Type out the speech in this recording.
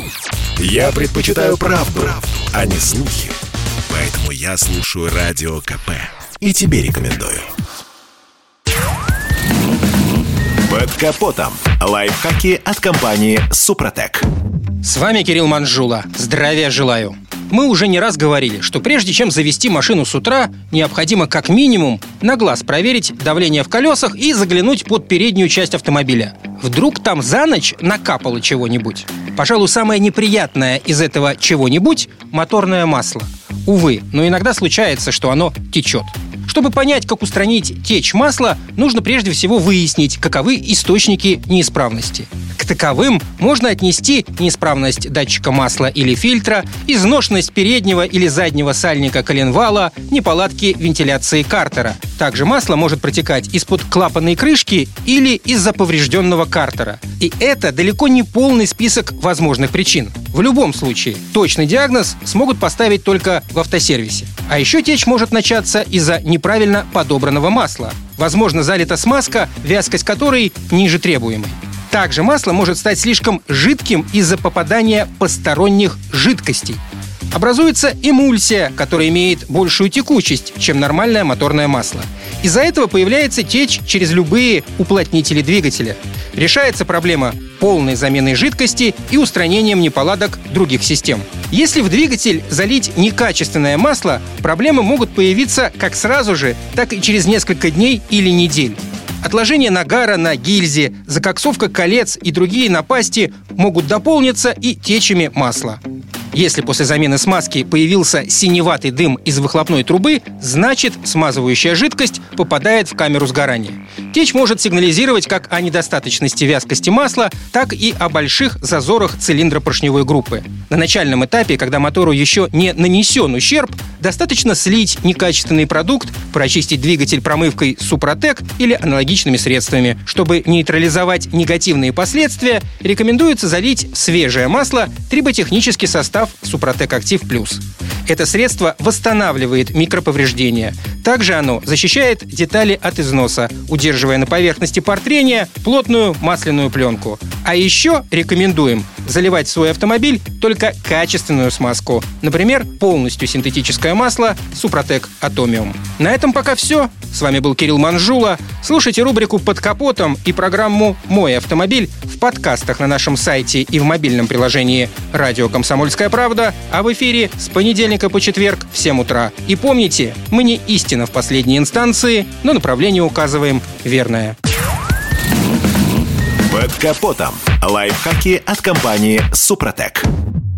Я предпочитаю правду, а не слухи. Поэтому я слушаю Радио КП. И тебе рекомендую. Под капотом. Лайфхаки от компании «Супротек». С вами Кирилл Манжула. Здравия желаю. Мы уже не раз говорили, что прежде чем завести машину с утра, необходимо как минимум на глаз проверить давление в колесах и заглянуть под переднюю часть автомобиля. Вдруг там за ночь накапало чего-нибудь. Пожалуй, самое неприятное из этого чего-нибудь – моторное масло. Увы, но иногда случается, что оно течет. Чтобы понять, как устранить течь масла, нужно прежде всего выяснить, каковы источники неисправности. К таковым можно отнести неисправность датчика масла или фильтра, изношенность переднего или заднего сальника коленвала, неполадки вентиляции картера. Также масло может протекать из-под клапанной крышки или из-за поврежденного картера. И это далеко не полный список возможных причин. В любом случае, точный диагноз смогут поставить только в автосервисе. А еще течь может начаться из-за неправильно подобранного масла. Возможно, залита смазка, вязкость которой ниже требуемой. Также масло может стать слишком жидким из-за попадания посторонних жидкостей. Образуется эмульсия, которая имеет большую текучесть, чем нормальное моторное масло. Из-за этого появляется течь через любые уплотнители двигателя. Решается проблема полной заменой жидкости и устранением неполадок других систем. Если в двигатель залить некачественное масло, проблемы могут появиться как сразу же, так и через несколько дней или недель. Отложение нагара на гильзе, закоксовка колец и другие напасти могут дополниться и течами масла. Если после замены смазки появился синеватый дым из выхлопной трубы, значит, смазывающая жидкость попадает в камеру сгорания. Течь может сигнализировать как о недостаточности вязкости масла, так и о больших зазорах цилиндра поршневой группы. На начальном этапе, когда мотору еще не нанесен ущерб, достаточно слить некачественный продукт, прочистить двигатель промывкой Супротек или аналогичными средствами. Чтобы нейтрализовать негативные последствия, рекомендуется залить в свежее масло триботехнический состав Супротек Актив Плюс. Это средство восстанавливает микроповреждения. Также оно защищает детали от износа, удерживая на поверхности пар трения плотную масляную пленку. А еще рекомендуем заливать в свой автомобиль только качественную смазку. Например, полностью синтетическое масло Супротек Атомиум. На этом пока все. С вами был Кирилл Манжула. Слушайте рубрику «Под капотом» и программу «Мой автомобиль» в подкастах на нашем сайте и в мобильном приложении «Радио Комсомольская правда», а в эфире с понедельника по четверг в 7 утра. И помните, мы не истина в последней инстанции, но направление указываем верное. Под капотом. Лайфхаки от компании «Супротек».